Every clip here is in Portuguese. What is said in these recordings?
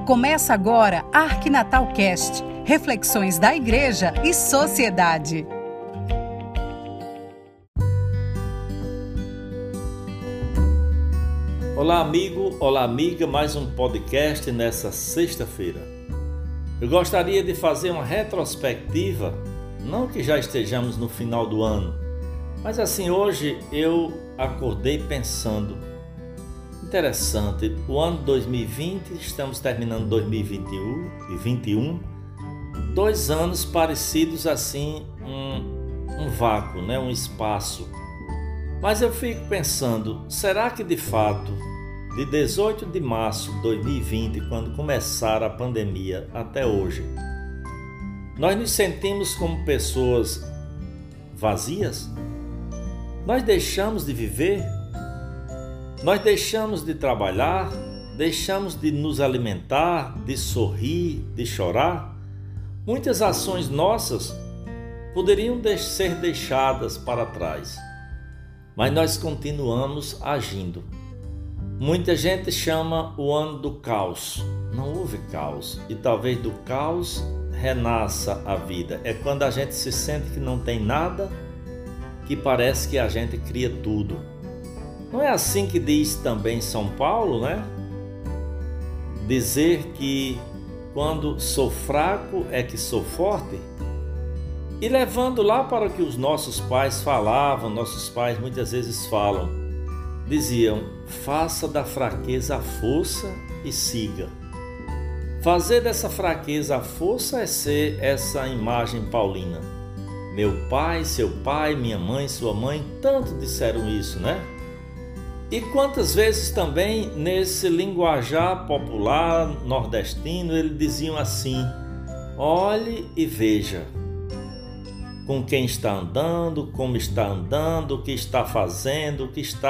Começa agora Arquinatal Cast, reflexões da igreja e sociedade. Olá amigo, olá amiga, mais um podcast nessa sexta-feira. Eu gostaria de fazer uma retrospectiva, não que já estejamos no final do ano, mas assim, hoje eu acordei pensando, interessante, o ano 2020, estamos terminando 2021, 2 anos parecidos assim, um vácuo, né? Um espaço. Mas eu fico pensando, será que de fato, de 18 de março de 2020, quando começara a pandemia, até hoje, nós nos sentimos como pessoas vazias? Nós deixamos de viver? Nós deixamos de trabalhar? Deixamos de nos alimentar, de sorrir, de chorar? Muitas ações nossas poderiam ser deixadas para trás, mas nós continuamos agindo. Muita gente chama o ano do caos. Não houve caos, e talvez do caos renasça a vida. É quando a gente se sente que não tem nada, que parece que a gente cria tudo. Não é assim que diz também São Paulo, né? Dizer que quando sou fraco é que sou forte. E levando lá para o que os nossos pais falavam, nossos pais muitas vezes falam, diziam, faça da fraqueza a força e siga. Fazer dessa fraqueza a força é ser essa imagem paulina. Meu pai, seu pai, minha mãe, sua mãe, tanto disseram isso, né? E quantas vezes também nesse linguajar popular nordestino eles diziam assim, olhe e veja com quem está andando, como está andando, o que está fazendo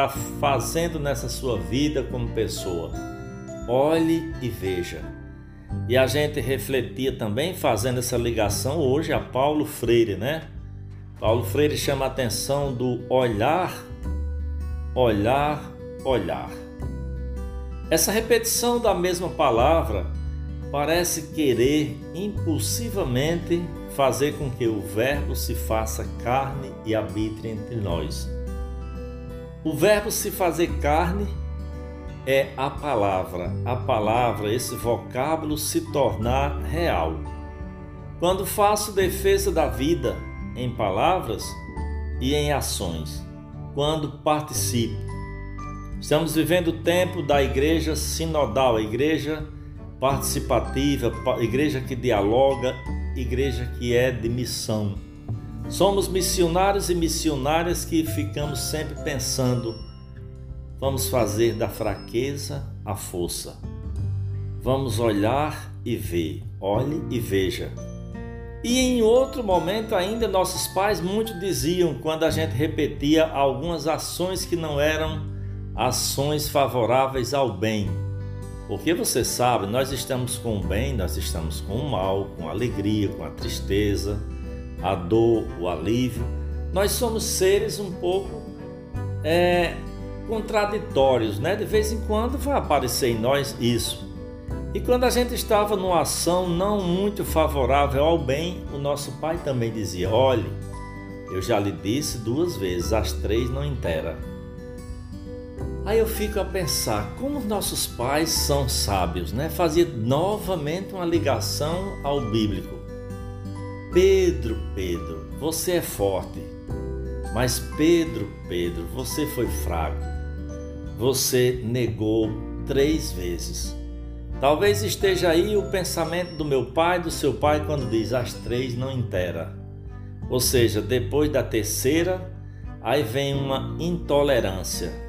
nessa sua vida como pessoa. Olhe e veja. E a gente refletia também fazendo essa ligação hoje a Paulo Freire, né? Paulo Freire chama a atenção do olhar, olhar, olhar. Essa repetição da mesma palavra parece querer impulsivamente fazer com que o Verbo se faça carne e habite entre nós. O verbo se fazer carne é a palavra, esse vocábulo se tornar real. Quando faço defesa da vida em palavras e em ações, quando participo. Estamos vivendo o tempo da igreja sinodal, a igreja participativa, igreja que dialoga, igreja que é de missão. Somos missionários e missionárias que ficamos sempre pensando, vamos fazer da fraqueza a força. Vamos olhar e ver, olhe e veja. E em outro momento ainda nossos pais muito diziam, quando a gente repetia algumas ações que não eram ações favoráveis ao bem. Porque você sabe, nós estamos com o bem, nós estamos com o mal, com a alegria, com a tristeza, a dor, o alívio. Nós somos seres um pouco contraditórios, né? De vez em quando vai aparecer em nós isso. E quando a gente estava numa ação não muito favorável ao bem, o nosso pai também dizia, olhe, eu já lhe disse 2 vezes, as 3 não inteira. Aí eu fico a pensar, como nossos pais são sábios, né? Fazia novamente uma ligação ao bíblico. Pedro, você é forte, mas Pedro, você foi fraco. Você negou 3 vezes. Talvez esteja aí o pensamento do meu pai, do seu pai, quando diz, as 3 não inteira. Ou seja, depois da 3ª, aí vem uma intolerância.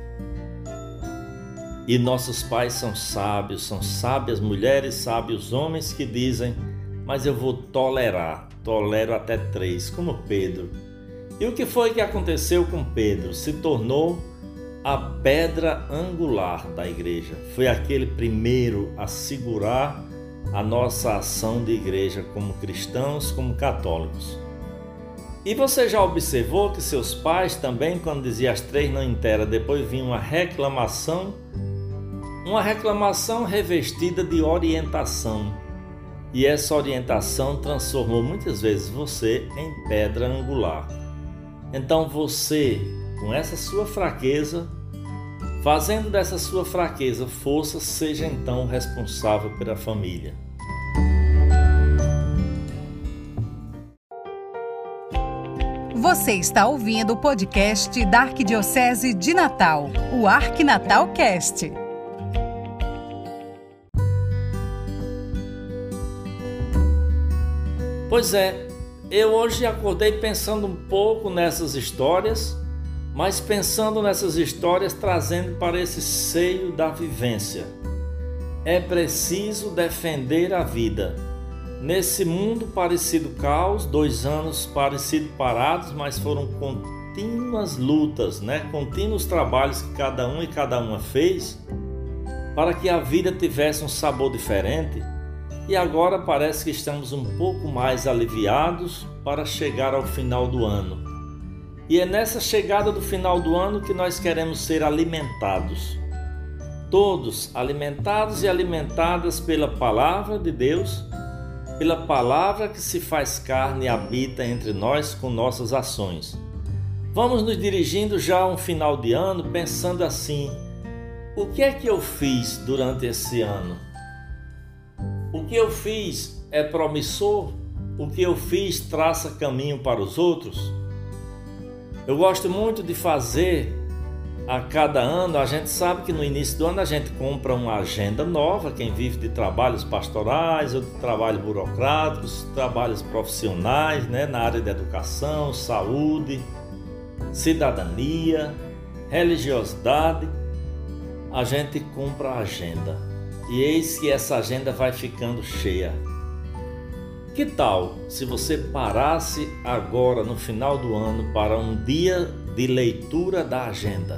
E nossos pais são sábias mulheres, sábios homens que dizem, mas eu vou tolero até 3, como Pedro. E o que foi que aconteceu com Pedro? Se tornou a pedra angular da igreja. Foi aquele primeiro a segurar a nossa ação de igreja como cristãos, como católicos. E você já observou que seus pais também, quando diziam as 3 não inteira, depois vinha uma reclamação Uma reclamação revestida de orientação. E essa orientação transformou muitas vezes você em pedra angular. Então você, com essa sua fraqueza, fazendo dessa sua fraqueza força, seja então responsável pela família. Você está ouvindo o podcast da Arquidiocese de Natal, o Arquinatal Cast. Pois é, eu hoje acordei pensando um pouco nessas histórias, mas pensando nessas histórias trazendo para esse seio da vivência. É preciso defender a vida. Nesse mundo parecido caos, 2 anos parecido parados, mas foram contínuas lutas, contínuos trabalhos que cada um e cada uma fez para que a vida tivesse um sabor diferente. E agora parece que estamos um pouco mais aliviados para chegar ao final do ano. E é nessa chegada do final do ano que nós queremos ser alimentados. Todos alimentados e alimentadas pela palavra de Deus, pela palavra que se faz carne e habita entre nós com nossas ações. Vamos nos dirigindo já a um final de ano pensando assim: o que é que eu fiz durante esse ano? O que eu fiz é promissor? O que eu fiz traça caminho para os outros? Eu gosto muito de fazer a cada ano. A gente sabe que no início do ano a gente compra uma agenda nova, quem vive de trabalhos pastorais ou de trabalhos burocráticos, trabalhos profissionais, na área de educação, saúde, cidadania, religiosidade. A gente compra a agenda. E eis que essa agenda vai ficando cheia. Que tal se você parasse agora no final do ano para um dia de leitura da agenda?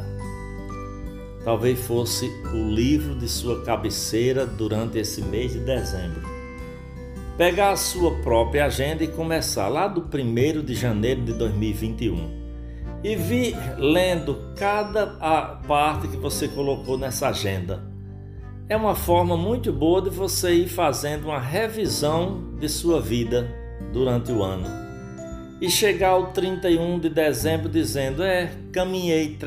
Talvez fosse o livro de sua cabeceira durante esse mês de dezembro. Pegar a sua própria agenda e começar lá do 1º de janeiro de 2021 e vir lendo cada parte que você colocou nessa agenda. É uma forma muito boa de você ir fazendo uma revisão de sua vida durante o ano. E chegar ao 31 de dezembro dizendo: caminhei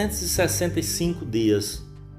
365 dias.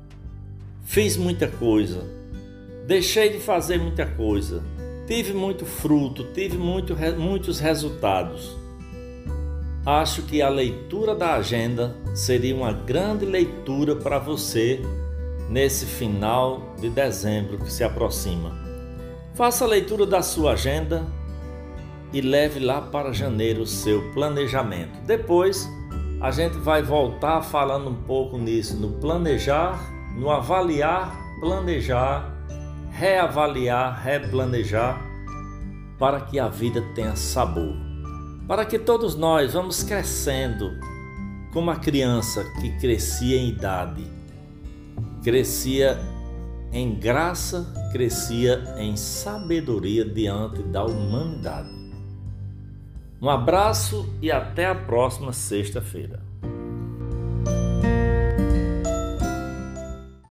Fiz muita coisa. Deixei de fazer muita coisa. Tive muito fruto, tive muitos resultados. Acho que a leitura da agenda seria uma grande leitura para você nesse final de dezembro que se aproxima. Faça a leitura da sua agenda e leve lá para janeiro o seu planejamento. Depois a gente vai voltar falando um pouco nisso, no planejar, no avaliar, planejar, reavaliar, replanejar, para que a vida tenha sabor. Para que todos nós vamos crescendo como a criança que crescia em idade, crescia em graça, crescia em sabedoria diante da humanidade. Um abraço e até a próxima sexta-feira.